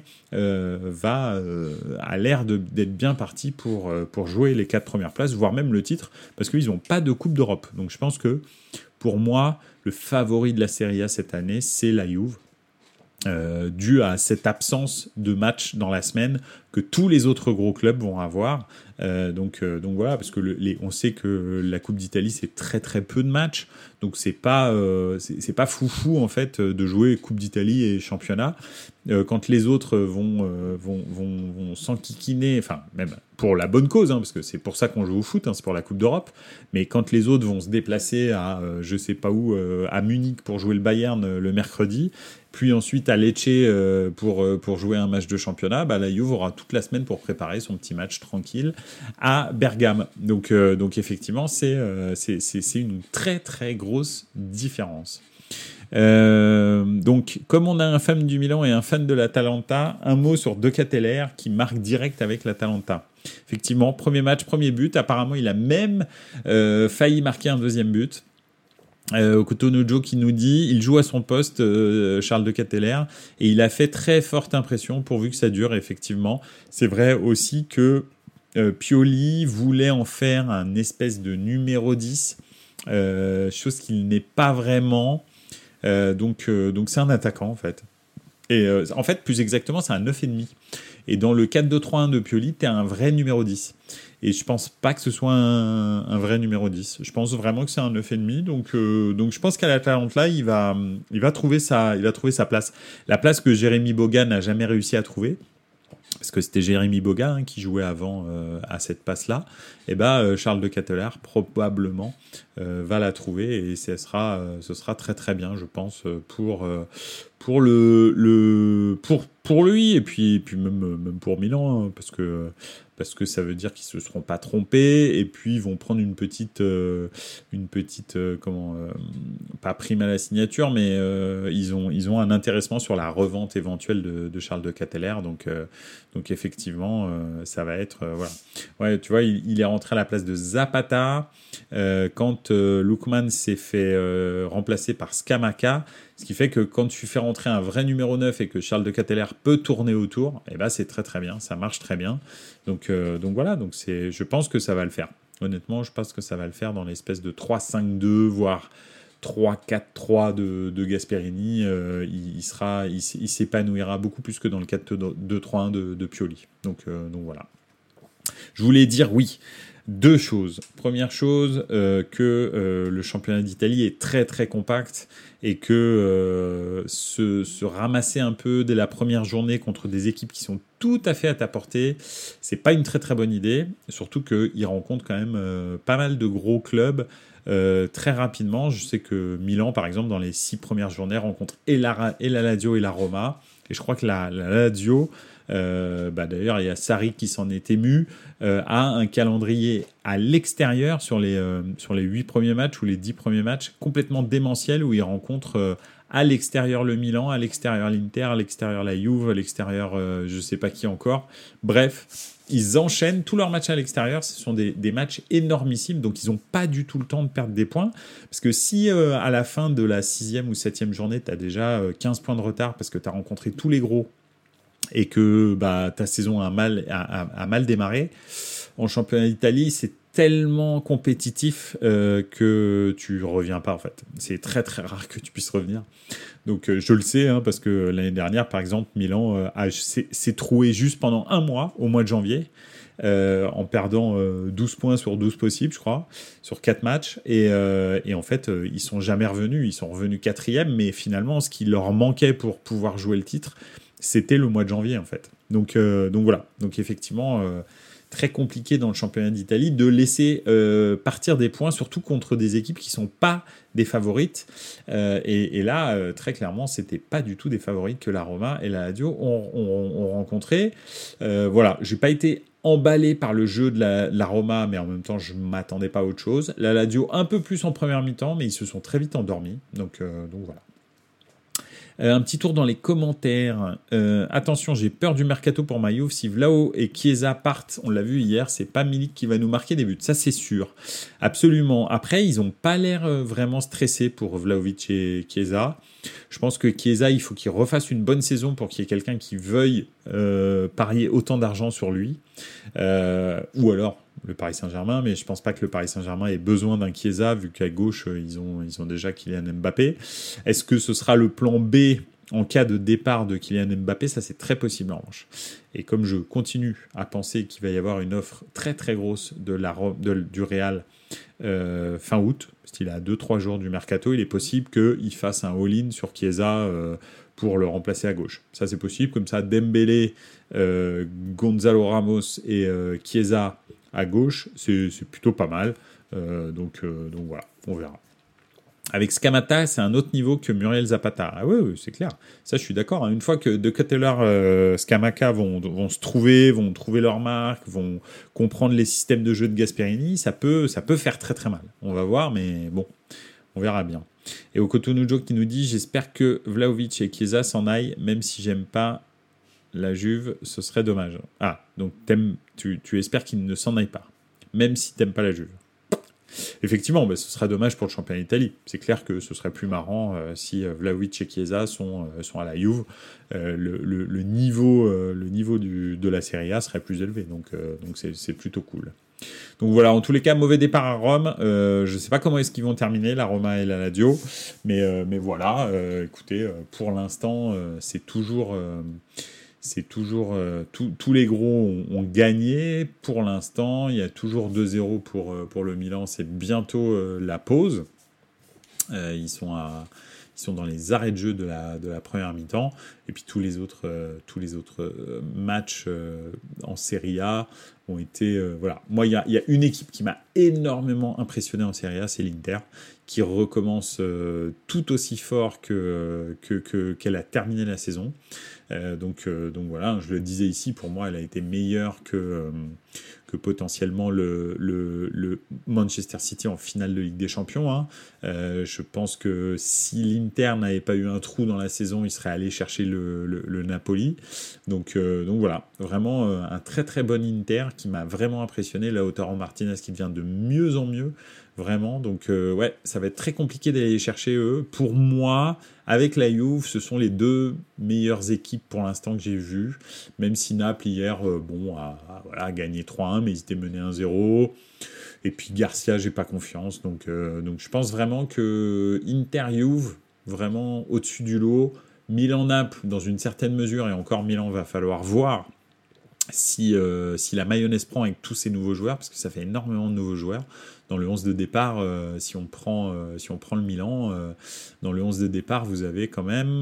a l'air d'être bien parti pour jouer les 4 premières places, voire même le titre, parce qu'ils n'ont pas de Coupe d'Europe. Donc je pense que pour moi, le favori de la Serie A cette année, c'est la Juve. Dû à cette absence de match dans la semaine que tous les autres gros clubs vont avoir. Donc voilà, parce que on sait que la Coupe d'Italie, c'est très très peu de matchs, donc c'est pas foufou en fait de jouer Coupe d'Italie et championnat. Quand les autres vont s'enquiquiner, enfin même pour la bonne cause, hein, parce que c'est pour ça qu'on joue au foot, hein, c'est pour la Coupe d'Europe, mais quand les autres vont se déplacer à je sais pas où, à Munich pour jouer le Bayern le mercredi, puis ensuite à Lecce pour jouer un match de championnat, bah, la Juve aura toute la semaine pour préparer son petit match tranquille à Bergame. Donc effectivement, c'est une très très grosse différence. Donc, comme on a un fan du Milan et un fan de l'Atalanta, un mot sur De Ketelaere qui marque direct avec l'Atalanta. Effectivement, premier match, premier but. Apparemment, il a même failli marquer un deuxième but. Cotonujo qui nous dit il joue à son poste, Charles De Ketelaere, et il a fait très forte impression pourvu que ça dure. Effectivement, c'est vrai aussi que Pioli voulait en faire un espèce de numéro 10, chose qu'il n'est pas vraiment. Donc c'est un attaquant en fait. Et en fait, plus exactement, c'est un 9,5. Et dans le 4-2-3-1 de Pioli, t'es un vrai numéro 10. Et je pense pas que ce soit un vrai numéro 10. Je pense vraiment que c'est un 9,5. Donc je pense qu'à l'Atalanta, il va trouver sa place. La place que Jérémy Boga n'a jamais réussi à trouver. Parce que c'était Jérémy Boga qui jouait avant à cette passe-là, et Charles De Ketelaere probablement va la trouver et ce sera très très bien, je pense, pour lui et puis même pour Milan, hein, parce que ça veut dire qu'ils se seront pas trompés et puis ils vont prendre une petite pas prime à la signature, mais ils ont un intéressement sur la revente éventuelle de Charles De Ketelaere, donc effectivement ça va être voilà. Ouais, tu vois, il est rentré à la place de Zapata quand Lookman s'est fait remplacer par Scamacca, ce qui fait que quand tu fais rentrer un vrai numéro 9 et que Charles De Ketelaere peut tourner autour, c'est très très bien, ça marche très bien. Donc voilà, je pense que ça va le faire. Honnêtement, je pense que ça va le faire dans l'espèce de 3-5-2, voire 3-4-3 de Gasperini. Il s'épanouira beaucoup plus que dans le 4-2-3-1 de Pioli. Donc voilà. Je voulais dire oui. 2 choses. Première chose, que le championnat d'Italie est très très compact et que se ramasser un peu dès la première journée contre des équipes qui sont tout à fait à ta portée, c'est pas une très très bonne idée. Surtout qu'ils rencontrent quand même pas mal de gros clubs très rapidement. Je sais que Milan, par exemple, dans les 6 premières journées, rencontre et la Lazio et la Roma. Et je crois que la Lazio, d'ailleurs, il y a Sarri qui s'en est ému, a un calendrier à l'extérieur sur les 8 premiers matchs ou les 10 premiers matchs complètement démentiel où il rencontre à l'extérieur le Milan, à l'extérieur l'Inter, à l'extérieur la Juve, à l'extérieur je sais pas qui encore. Bref, ils enchaînent tous leurs matchs à l'extérieur. Ce sont des matchs énormissimes, donc ils n'ont pas du tout le temps de perdre des points. Parce que si à la fin de la 6e ou 7e journée, tu as déjà 15 points de retard parce que tu as rencontré tous les gros et que ta saison a mal démarré, en championnat d'Italie, c'est tellement compétitif que tu reviens pas en fait. C'est très très rare que tu puisses revenir. Donc je le sais, hein, parce que l'année dernière, par exemple, Milan s'est troué juste pendant un mois, au mois de janvier, en perdant 12 points sur 12 possibles, je crois, sur 4 matchs. Et en fait, ils sont jamais revenus. Ils sont revenus 4e, mais finalement, ce qui leur manquait pour pouvoir jouer le titre, c'était le mois de janvier en fait. Donc voilà. Donc effectivement, très compliqué dans le championnat d'Italie de laisser partir des points, surtout contre des équipes qui sont pas des favorites. Et là, très clairement, c'était pas du tout des favorites que la Roma et la Lazio ont rencontré. Voilà, j'ai pas été emballé par le jeu de la Roma, mais en même temps, je m'attendais pas à autre chose. La Lazio un peu plus en première mi-temps, mais ils se sont très vite endormis. Donc voilà. Un petit tour dans les commentaires. Attention, j'ai peur du mercato pour ma Juve. Si Vlao et Chiesa partent, on l'a vu hier, c'est pas Milik qui va nous marquer des buts. Ça, c'est sûr. Absolument. Après, ils ont pas l'air vraiment stressés pour Vlahovic et Chiesa. Je pense que Chiesa, il faut qu'il refasse une bonne saison pour qu'il y ait quelqu'un qui veuille parier autant d'argent sur lui. Ou alors le Paris Saint-Germain, mais je pense pas que le Paris Saint-Germain ait besoin d'un Chiesa, vu qu'à gauche, ils ont déjà Kylian Mbappé. Est-ce que ce sera le plan B en cas de départ de Kylian Mbappé? Ça, c'est très possible en revanche. Et comme je continue à penser qu'il va y avoir une offre très très grosse du Real fin août, parce qu'il est à 2-3 jours du mercato, il est possible qu'il fasse un all-in sur Chiesa pour le remplacer à gauche. Ça, c'est possible. Comme ça, Dembélé, Gonzalo Ramos et Chiesa à gauche, c'est plutôt pas mal. Donc voilà, on verra. Avec Scamata, c'est un autre niveau que Muriel Zapata. Ah oui, c'est clair. Ça, je suis d'accord. Hein. Une fois que De Ketelaere, Scamacca vont se trouver, vont trouver leur marque, vont comprendre les systèmes de jeu de Gasperini, ça peut faire très très mal. On va voir, mais bon, on verra bien. Et au Cotonou qui nous dit « J'espère que Vlahovic et Chiesa s'en aillent, même si j'aime pas la Juve, ce serait dommage. » Ah, donc tu espères qu'ils ne s'en aillent pas, même si t'aimes pas la Juve. Effectivement, ce sera dommage pour le championnat d'Italie. C'est clair que ce serait plus marrant si Vlahovic et Chiesa sont à la Juve. Le niveau de la Serie A serait plus élevé, donc c'est plutôt cool. Donc voilà, en tous les cas, mauvais départ à Rome. Je ne sais pas comment est-ce qu'ils vont terminer, la Roma et la Lazio, mais voilà, écoutez, pour l'instant, c'est toujours tous les gros ont gagné pour l'instant. Il y a toujours 2-0 pour le Milan. C'est bientôt la pause. Ils sont dans les arrêts de jeu de la première mi-temps. Et puis tous les autres matchs en Serie A ont été... voilà. Moi, il y a une équipe qui m'a énormément impressionné en Serie A, c'est l'Inter, qui recommence tout aussi fort qu'elle a terminé la saison. Donc voilà, je le disais ici, pour moi, elle a été meilleure que potentiellement le Manchester City en finale de Ligue des Champions. Hein. Je pense que si l'Inter n'avait pas eu un trou dans la saison, il serait allé chercher le Napoli. Donc voilà, vraiment un très très bon Inter qui m'a vraiment impressionné. Lautaro Martinez qui devient de mieux en mieux. Vraiment, donc ouais, ça va être très compliqué d'aller les chercher eux. Pour moi, avec la Juve, ce sont les deux meilleures équipes pour l'instant que j'ai vues. Même si Naples hier, a gagné 3-1, mais ils étaient menés 1-0. Et puis Garcia, j'ai pas confiance. Donc je pense vraiment que Inter-Juve, vraiment au-dessus du lot. Milan-Naples, dans une certaine mesure, et encore Milan, va falloir voir si la mayonnaise prend avec tous ces nouveaux joueurs, parce que ça fait énormément de nouveaux joueurs. Dans le 11 de départ, si on prend le Milan, dans le 11 de départ, vous avez quand même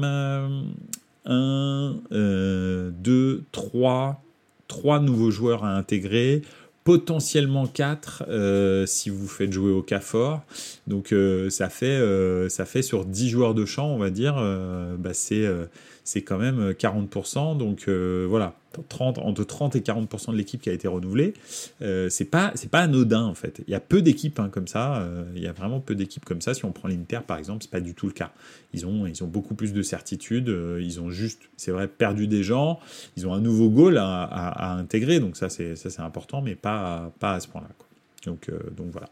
3 nouveaux joueurs à intégrer, potentiellement 4 si vous faites jouer au cas fort. Donc ça fait sur 10 joueurs de champ, on va dire, c'est quand même 40%. Donc voilà, entre 30 et 40% de l'équipe qui a été renouvelée. C'est pas anodin en fait. Il y a peu d'équipes comme ça. Il y a vraiment peu d'équipes comme ça. Si on prend l'Inter par exemple, c'est pas du tout le cas. Ils ont beaucoup plus de certitude. Ils ont juste, c'est vrai, perdu des gens. Ils ont un nouveau goal à intégrer. Donc ça c'est important, mais pas à ce point-là, quoi. Donc voilà.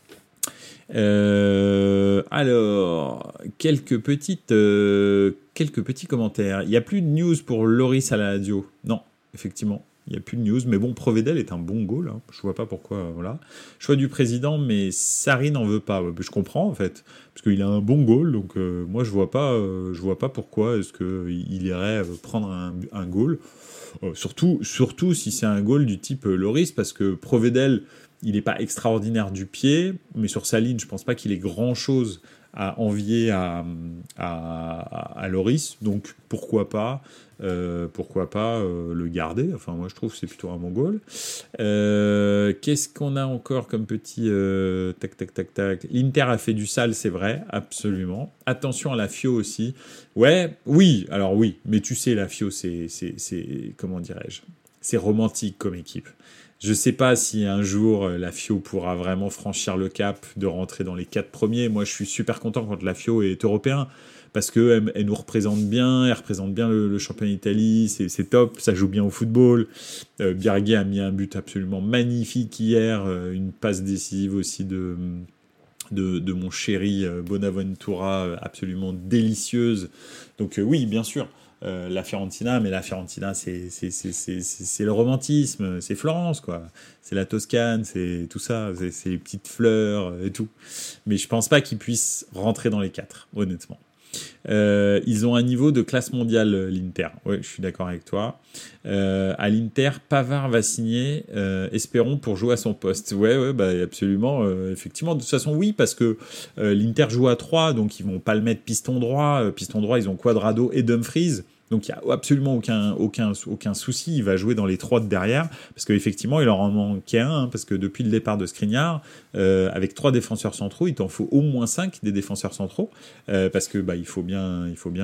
Alors, quelques petits commentaires. Il n'y a plus de news pour Loris à la Lazio. Non, effectivement, il n'y a plus de news. Mais bon, Provedel est un bon goal. Hein. Je vois pas pourquoi. Voilà. Choix du président, mais Sarri n'en veut pas. Je comprends en fait, parce qu'il a un bon goal. Donc moi, je vois pas pourquoi est-ce qu'il irait prendre un goal. Surtout si c'est un goal du type Loris, parce que Provedel, il n'est pas extraordinaire du pied, mais sur sa ligne, je pense pas qu'il ait grand-chose envier à Loris, donc pourquoi pas le garder. Enfin, moi je trouve que c'est plutôt un bon goal. Qu'est-ce qu'on a encore comme petit tac tac tac tac. L'Inter a fait du sale, c'est vrai, absolument. Attention à la Fio aussi. Ouais, oui, alors oui, mais tu sais, la Fio, c'est comment dirais-je, c'est romantique comme équipe. Je sais pas si un jour la Fio pourra vraiment franchir le cap de rentrer dans les 4 premiers. Moi, je suis super content quand la Fio est européen parce que elle nous représente bien, elle représente bien le championnat d'Italie, c'est top, ça joue bien au football. Birgit a mis un but absolument magnifique hier, une passe décisive aussi de mon chéri Bonaventura, absolument délicieuse. Donc oui, bien sûr. La Fiorentina, mais la Fiorentina, c'est le romantisme, c'est Florence, quoi. C'est la Toscane, c'est tout ça, c'est les petites fleurs et tout. Mais je pense pas qu'ils puissent rentrer dans les 4, honnêtement. Ils ont un niveau de classe mondiale, l'Inter. Ouais, je suis d'accord avec toi. À l'Inter, Pavard va signer, espérons, pour jouer à son poste. Ouais, bah, absolument. Effectivement, de toute façon, oui, parce que l'Inter joue à 3, donc ils vont pas le mettre piston droit. Piston droit, ils ont Cuadrado et Dumfries. Donc il n'y a absolument aucun souci, il va jouer dans les 3 de derrière, parce qu'effectivement il leur en manquait un, parce que depuis le départ de Skriniar, avec 3 défenseurs centraux, il t'en faut au moins 5 des défenseurs centraux, parce que bah, il faut bien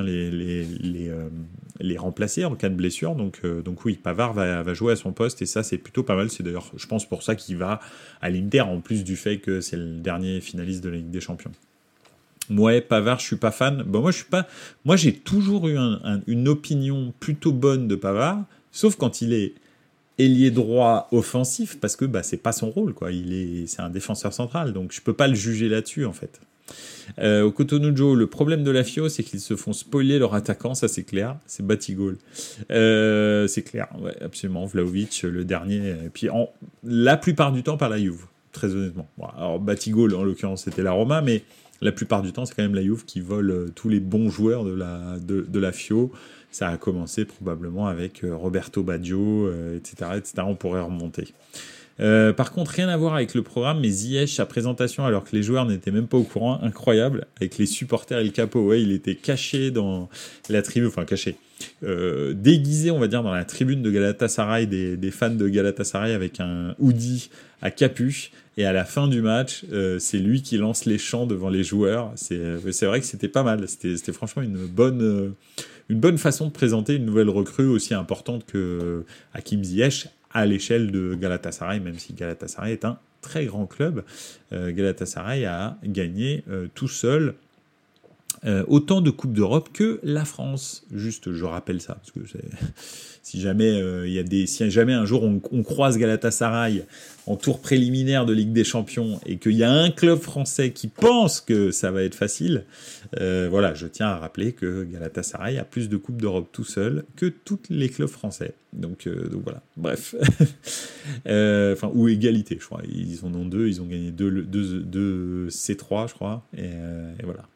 les remplacer en cas de blessure, donc oui, Pavard va jouer à son poste, et ça c'est plutôt pas mal, c'est d'ailleurs je pense pour ça qu'il va à l'Inter, en plus du fait que c'est le dernier finaliste de la Ligue des Champions. Ouais, Pavard, je suis pas fan. Bon, moi, j'ai toujours eu une opinion plutôt bonne de Pavard, sauf quand il est ailier droit offensif, parce que bah c'est pas son rôle, quoi. C'est un défenseur central, donc je peux pas le juger là-dessus, en fait. Au Cotonou, le problème de la FIO, c'est qu'ils se font spoiler leur attaquant, ça c'est clair, c'est Batigol. C'est clair, ouais, absolument. Vlahovic, le dernier, et puis la plupart du temps par la Juve, très honnêtement. Bon, alors Batigol, en l'occurrence, c'était la Roma, mais la plupart du temps, c'est quand même la Juve qui vole tous les bons joueurs de la FIO. Ça a commencé probablement avec Roberto Baggio, etc., etc. On pourrait remonter. Par contre, rien à voir avec le programme, mais Ziyech, sa présentation, alors que les joueurs n'étaient même pas au courant, incroyable, avec les supporters et le capot. Ouais, il était caché dans la tribune, enfin caché, déguisé, on va dire, dans la tribune de Galatasaray, des fans de Galatasaray avec un hoodie à capuche. Et à la fin du match, c'est lui qui lance les chants devant les joueurs. C'est vrai que c'était pas mal. C'était franchement une bonne façon de présenter une nouvelle recrue aussi importante que Hakim Ziyech à l'échelle de Galatasaray, même si Galatasaray est un très grand club. Galatasaray a gagné tout seul autant de Coupes d'Europe que la France. Juste, je rappelle ça, parce que si jamais si jamais un jour on croise Galatasaray en tour préliminaire de Ligue des Champions et qu'il y a un club français qui pense que ça va être facile, voilà, je tiens à rappeler que Galatasaray a plus de Coupes d'Europe tout seul que tous les clubs français. Donc voilà, bref. Enfin, ou égalité, je crois. Ils en ont 2, ils ont gagné 2 C3, je crois, et voilà.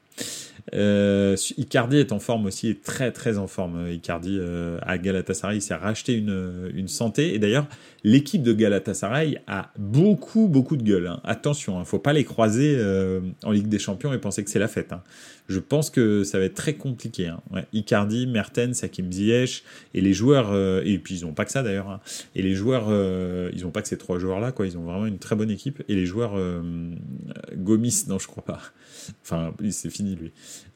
Icardi est en forme aussi, est très très en forme. Icardi à Galatasaray, il s'est racheté une santé, et d'ailleurs l'équipe de Galatasaray a beaucoup de gueule, hein. Attention, hein, faut pas les croiser en Ligue des Champions et penser que c'est la fête, hein. Je pense que ça va être très compliqué, hein. Ouais, Icardi, Mertens, Hakim Ziyech et les joueurs, et puis ils ont pas que ça d'ailleurs, hein. Et les joueurs, ils ont pas que ces 3 joueurs là, quoi. Ils ont vraiment une très bonne équipe, et les joueurs Gomis, non je crois pas. Enfin, c'est fini lui.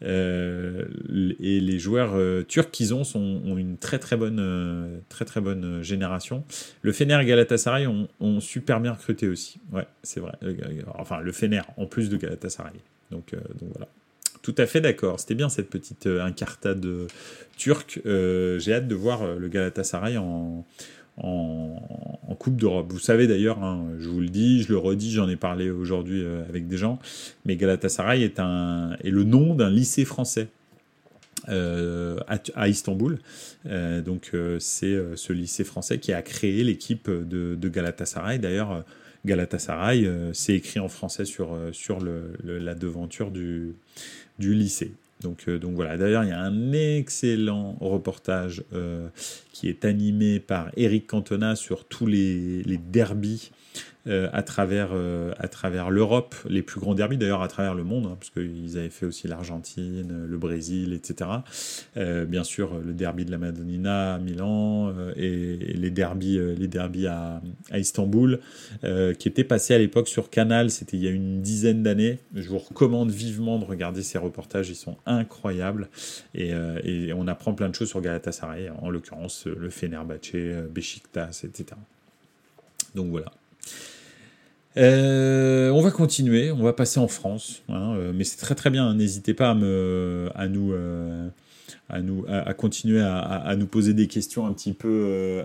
Et les joueurs turcs qu'ils ont une très bonne génération. Le Fener et Galatasaray ont super bien recruté aussi. Ouais, c'est vrai. Enfin, le Fener en plus de Galatasaray. Donc voilà. Tout à fait d'accord. C'était bien cette petite incartade turque. J'ai hâte de voir le Galatasaray en Coupe d'Europe. Vous savez d'ailleurs, hein, je vous le dis, je le redis, j'en ai parlé aujourd'hui avec des gens, mais Galatasaray est le nom d'un lycée français à Istanbul. Donc c'est ce lycée français qui a créé l'équipe de Galatasaray. D'ailleurs, Galatasaray, c'est écrit en français sur la devanture du lycée. Donc voilà. D'ailleurs, il y a un excellent reportage qui est animé par Eric Cantona sur tous les derbys à travers l'Europe, les plus grands derbys d'ailleurs à travers le monde, hein, parce qu'ils avaient fait aussi l'Argentine, le Brésil, etc. Bien sûr, le derby de la Madonnina à Milan et les derbys à Istanbul, qui étaient passés à l'époque sur Canal, c'était il y a une dizaine d'années. Je vous recommande vivement de regarder ces reportages, ils sont incroyables et on apprend plein de choses sur Galatasaray, en l'occurrence le Fenerbahçe, Beşiktaş, etc. Donc voilà. On va continuer, on va passer en France, hein, mais c'est très très bien. Hein, n'hésitez pas à continuer à nous poser des questions un petit peu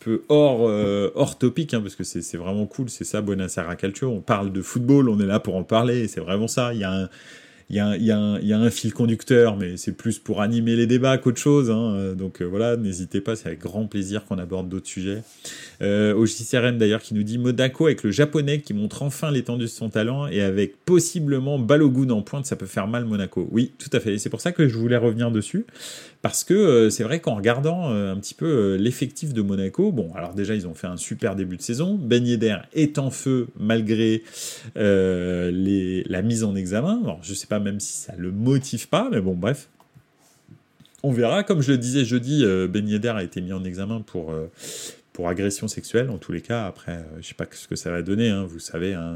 hors topic, hein, parce que c'est vraiment cool. C'est ça, Buenos Aires Calcio. On parle de football, on est là pour en parler. Et c'est vraiment ça. Il y a un fil conducteur, mais c'est plus pour animer les débats qu'autre chose. Hein. Donc voilà, n'hésitez pas, c'est avec grand plaisir qu'on aborde d'autres sujets. Au JCRM d'ailleurs qui nous dit Monaco avec le japonais qui montre enfin l'étendue de son talent et avec possiblement Balogun en pointe, ça peut faire mal Monaco. Oui, tout à fait. Et c'est pour ça que je voulais revenir dessus. Parce que c'est vrai qu'en regardant un petit peu l'effectif de Monaco, bon, alors déjà, ils ont fait un super début de saison. Ben Yedder est en feu malgré la mise en examen. Alors, je ne sais pas même si ça le motive pas, mais bon, bref. On verra. Comme je le disais jeudi, Ben Yedder a été mis en examen pour agression sexuelle, en tous les cas. Après, je sais pas ce que ça va donner, hein, vous savez, hein,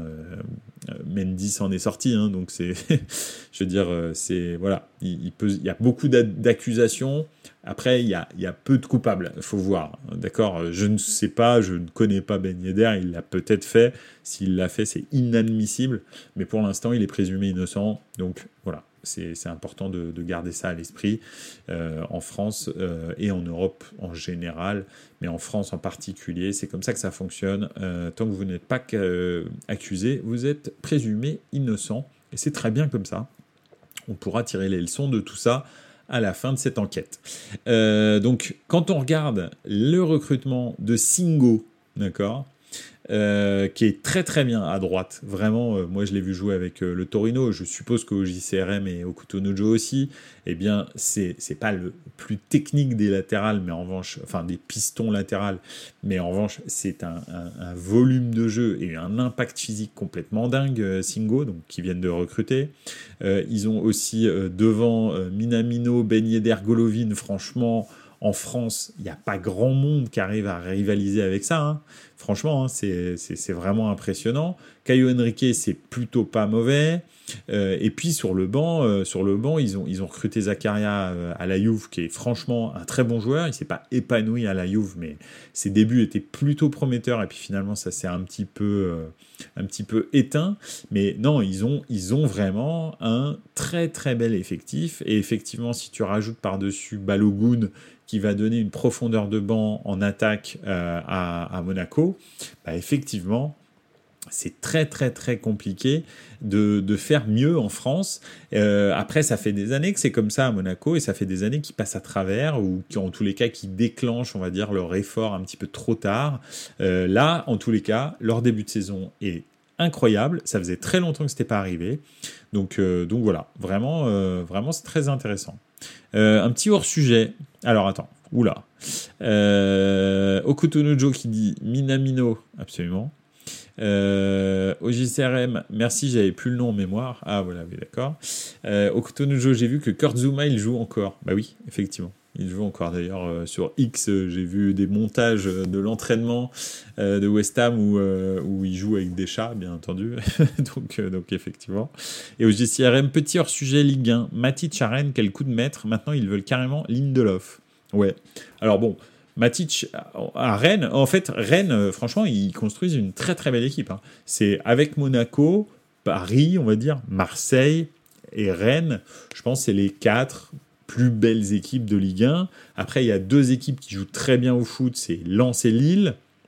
Mendy s'en est sorti, hein, donc c'est, je veux dire, c'est, voilà, il y a beaucoup d'accusations, après, il y a peu de coupables, il faut voir, d'accord, je ne sais pas, je ne connais pas Ben Yedder, il l'a peut-être fait, s'il l'a fait, c'est inadmissible, mais pour l'instant, il est présumé innocent, donc voilà. C'est important de garder ça à l'esprit en France et en Europe en général, mais en France en particulier. C'est comme ça que ça fonctionne. Tant que vous n'êtes pas accusé, vous êtes présumé innocent. Et c'est très bien comme ça. On pourra tirer les leçons de tout ça à la fin de cette enquête. Donc, quand on regarde le recrutement de Singo, d'accord, qui est très très bien à droite. Vraiment, moi je l'ai vu jouer avec le Torino. Je suppose qu'au JCRM et au Cotonou aussi, eh bien, c'est pas le plus technique des latérales, mais en revanche, enfin des pistons latérales, mais en revanche, c'est un volume de jeu et un impact physique complètement dingue, Singo, donc qui viennent de recruter. Ils ont aussi devant Minamino, Ben Yedder, Golovin, franchement. En France, il n'y a pas grand monde qui arrive à rivaliser avec ça. Hein. Franchement, hein, c'est vraiment impressionnant. Caio Henrique, c'est plutôt pas mauvais. Et puis sur le banc, ils ont recruté Zakaria à la Juve, qui est franchement un très bon joueur. Il s'est pas épanoui à la Juve, mais ses débuts étaient plutôt prometteurs. Et puis finalement, ça s'est un petit peu éteint. Mais non, ils ont vraiment un très très bel effectif. Et effectivement, si tu rajoutes par-dessus Balogun, qui va donner une profondeur de banc en attaque à Monaco, bah effectivement, c'est très très très compliqué de faire mieux en France. Après, ça fait des années que c'est comme ça à Monaco et ça fait des années qu'ils passent à travers ou en tous les cas qui déclenchent, on va dire, leur effort un petit peu trop tard. Là, en tous les cas, leur début de saison est incroyable. Ça faisait très longtemps que c'était pas arrivé. Donc voilà, vraiment c'est très intéressant. Un petit hors-sujet. Alors attends, oula. Okutonojo qui dit Minamino, absolument. Au JCRM, merci, j'avais plus le nom en mémoire. Ah voilà, oui, d'accord. Okutonojo, j'ai vu que Kurt Zouma, il joue encore. Bah oui, effectivement. Il joue encore d'ailleurs sur X, j'ai vu des montages de l'entraînement de West Ham où il joue avec des chats, bien entendu. donc effectivement. Et au JCRM, petit hors-sujet Ligue 1. Matic à Rennes, quel coup de maître. Maintenant, ils veulent carrément Lindelof. Ouais. Alors bon, Matic à Rennes, en fait, Rennes, franchement, ils construisent une très très belle équipe. Hein. C'est avec Monaco, Paris, on va dire, Marseille et Rennes. Je pense que c'est les 4 plus belles équipes de Ligue 1. Après, il y a 2 équipes qui jouent très bien au foot, c'est Lens et Lille.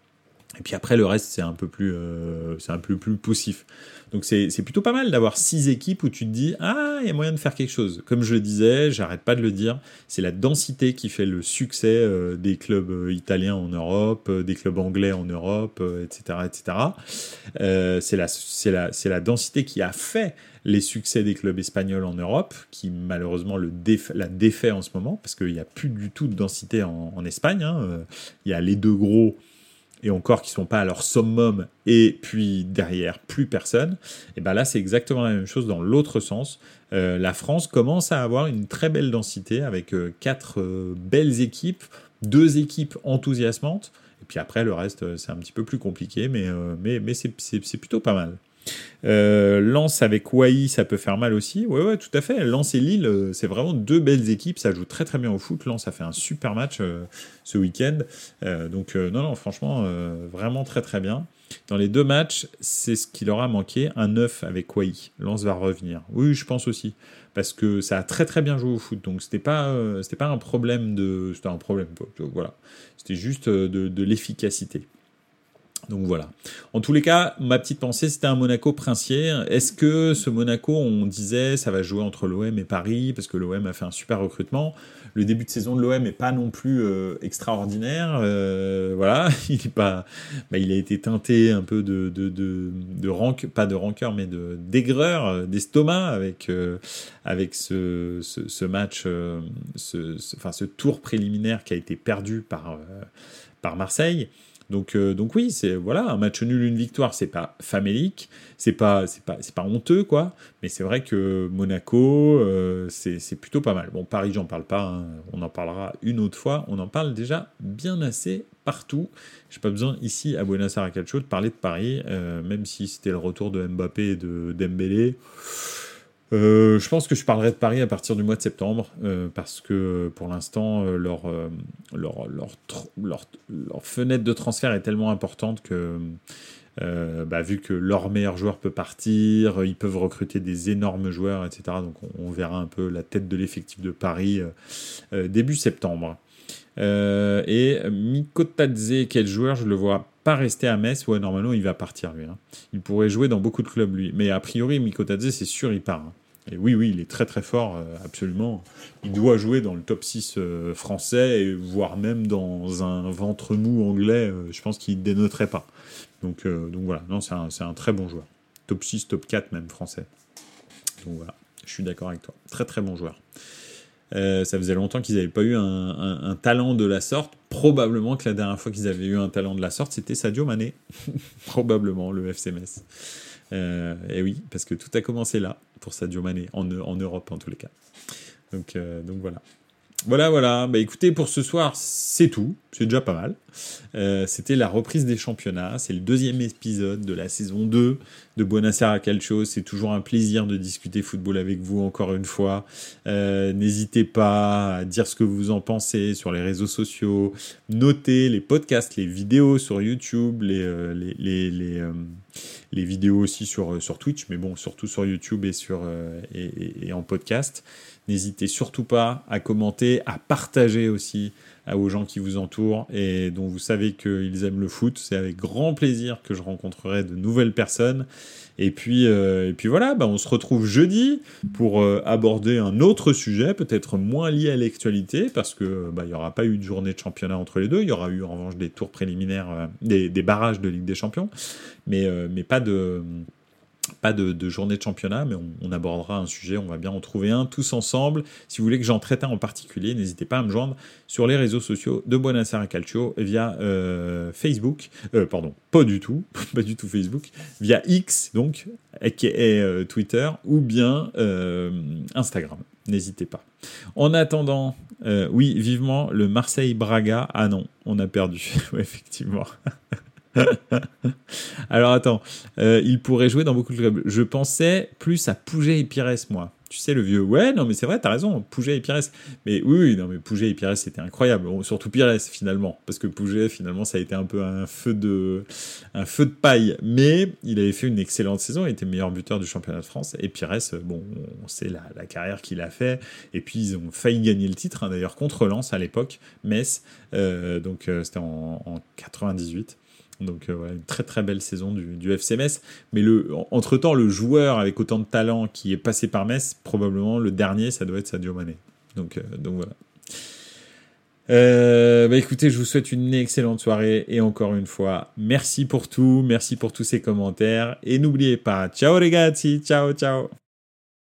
Et puis après, le reste, c'est un peu plus poussif. Donc c'est plutôt pas mal d'avoir 6 équipes où tu te dis, ah, il y a moyen de faire quelque chose. Comme je le disais, j'arrête pas de le dire, c'est la densité qui fait le succès des clubs italiens en Europe, des clubs anglais en Europe, etc., etc. C'est la densité qui a fait les succès des clubs espagnols en Europe, qui malheureusement la défait en ce moment, parce qu'il n'y a plus du tout de densité en Espagne. Hein. Il y a les deux gros, et encore qui sont pas à leur summum, et puis derrière plus personne, et ben là c'est exactement la même chose dans l'autre sens. La France commence à avoir une très belle densité avec 4 belles équipes, 2 équipes enthousiasmantes, et puis après le reste c'est un petit peu plus compliqué, mais c'est plutôt pas mal. Lens avec Wai, ça peut faire mal aussi. Ouais, tout à fait. Lens et Lille, c'est vraiment 2 belles équipes. Ça joue très très bien au foot. Lens a fait un super match ce week-end. Non, franchement, vraiment très très bien. Dans les 2 matchs, c'est ce qui leur a manqué. Un 9 avec Wai. Lens va revenir. Oui, je pense aussi. Parce que ça a très très bien joué au foot. Donc c'était pas un problème de. C'était un problème. Voilà. C'était juste de l'efficacité. Donc voilà. En tous les cas, ma petite pensée, c'était un Monaco princier. Est-ce que ce Monaco, on disait, ça va jouer entre l'OM et Paris, parce que l'OM a fait un super recrutement. Le début de saison de l'OM n'est pas non plus extraordinaire. Voilà, il a été teinté un peu pas de rancœur, mais d'aigreur, d'estomac avec ce match, ce tour préliminaire qui a été perdu par Marseille. Donc oui, c'est un match nul, une victoire, c'est pas famélique, c'est pas honteux quoi, mais c'est vrai que Monaco, c'est plutôt pas mal. Bon, Paris, j'en parle pas, hein, on en parlera une autre fois, on en parle déjà bien assez partout. J'ai pas besoin ici à Buenos Aires Calcio de parler de Paris, même si c'était le retour de Mbappé et de Dembélé. Je pense que je parlerai de Paris à partir du mois de septembre, parce que pour l'instant, leur fenêtre de transfert est tellement importante que, vu que leur meilleur joueur peut partir, ils peuvent recruter des énormes joueurs, etc. Donc on verra un peu la tête de l'effectif de Paris début septembre. Et Mikotadze, quel joueur, je le vois pas rester à Metz. Ouais, normalement il va partir lui. Hein. Il pourrait jouer dans beaucoup de clubs lui, mais a priori Mikotadze c'est sûr il part. Hein. Et oui, il est très très fort, absolument. Il doit jouer dans le top 6 français, et voire même dans un ventre mou anglais, je pense qu'il ne dénoterait pas. Donc voilà, non, c'est un très bon joueur. Top 6, top 4 même français. Donc voilà, je suis d'accord avec toi. Très très bon joueur. Ça faisait longtemps qu'ils n'avaient pas eu un talent de la sorte. Probablement que la dernière fois qu'ils avaient eu un talent de la sorte, c'était Sadio Mané. Probablement, le FC Metz. Et oui, parce que tout a commencé là, pour Sadio Mané, en Europe en tous les cas. Donc voilà. Voilà. Bah écoutez, pour ce soir, c'est tout. C'est déjà pas mal. C'était la reprise des championnats. C'est le 2e épisode de la saison 2 de Buenos Aires Calcio. C'est toujours un plaisir de discuter football avec vous encore une fois. N'hésitez pas à dire ce que vous en pensez sur les réseaux sociaux. Notez les podcasts, les vidéos sur YouTube, les vidéos aussi sur Twitch, mais bon, surtout sur YouTube et en podcast. N'hésitez surtout pas à commenter, à partager aussi aux gens qui vous entourent et dont vous savez qu'ils aiment le foot. C'est avec grand plaisir que je rencontrerai de nouvelles personnes. Et puis voilà, on se retrouve jeudi pour aborder un autre sujet, peut-être moins lié à l'actualité, parce que il n'y aura pas eu de journée de championnat entre les deux. Il y aura eu en revanche des tours préliminaires, des barrages de Ligue des Champions, mais pas de journée de championnat, mais on abordera un sujet, on va bien en trouver un tous ensemble. Si vous voulez que j'en traite un en particulier, n'hésitez pas à me joindre sur les réseaux sociaux de Buenos Aires Calcio via Facebook, pas du tout Facebook, via X, donc, aka Twitter, ou bien Instagram. N'hésitez pas. En attendant, oui, vivement le Marseille-Braga. Ah non, on a perdu, ouais, effectivement. Alors attends, il pourrait jouer dans beaucoup de clubs. Je pensais plus à Pouget et Pires, moi. Tu sais, le vieux. Ouais, non, mais c'est vrai, t'as raison, Pouget et Pires. Mais oui, non, mais Pouget et Pires, c'était incroyable. Bon, surtout Pires, finalement. Parce que Pouget, finalement, ça a été un peu un feu de paille. Mais il avait fait une excellente saison. Il était meilleur buteur du championnat de France. Et Pires, bon, on sait la carrière qu'il a fait. Et puis, ils ont failli gagner le titre, d'ailleurs, contre Lens à l'époque, Metz. Donc, c'était en 98. Donc voilà, une très très belle saison du FC Metz. Mais entre-temps, le joueur avec autant de talent qui est passé par Metz, probablement le dernier, ça doit être Sadio Mané. Donc voilà. Écoutez, je vous souhaite une excellente soirée et encore une fois, merci pour tout, merci pour tous ces commentaires et n'oubliez pas, ciao ragazzi, ciao ciao.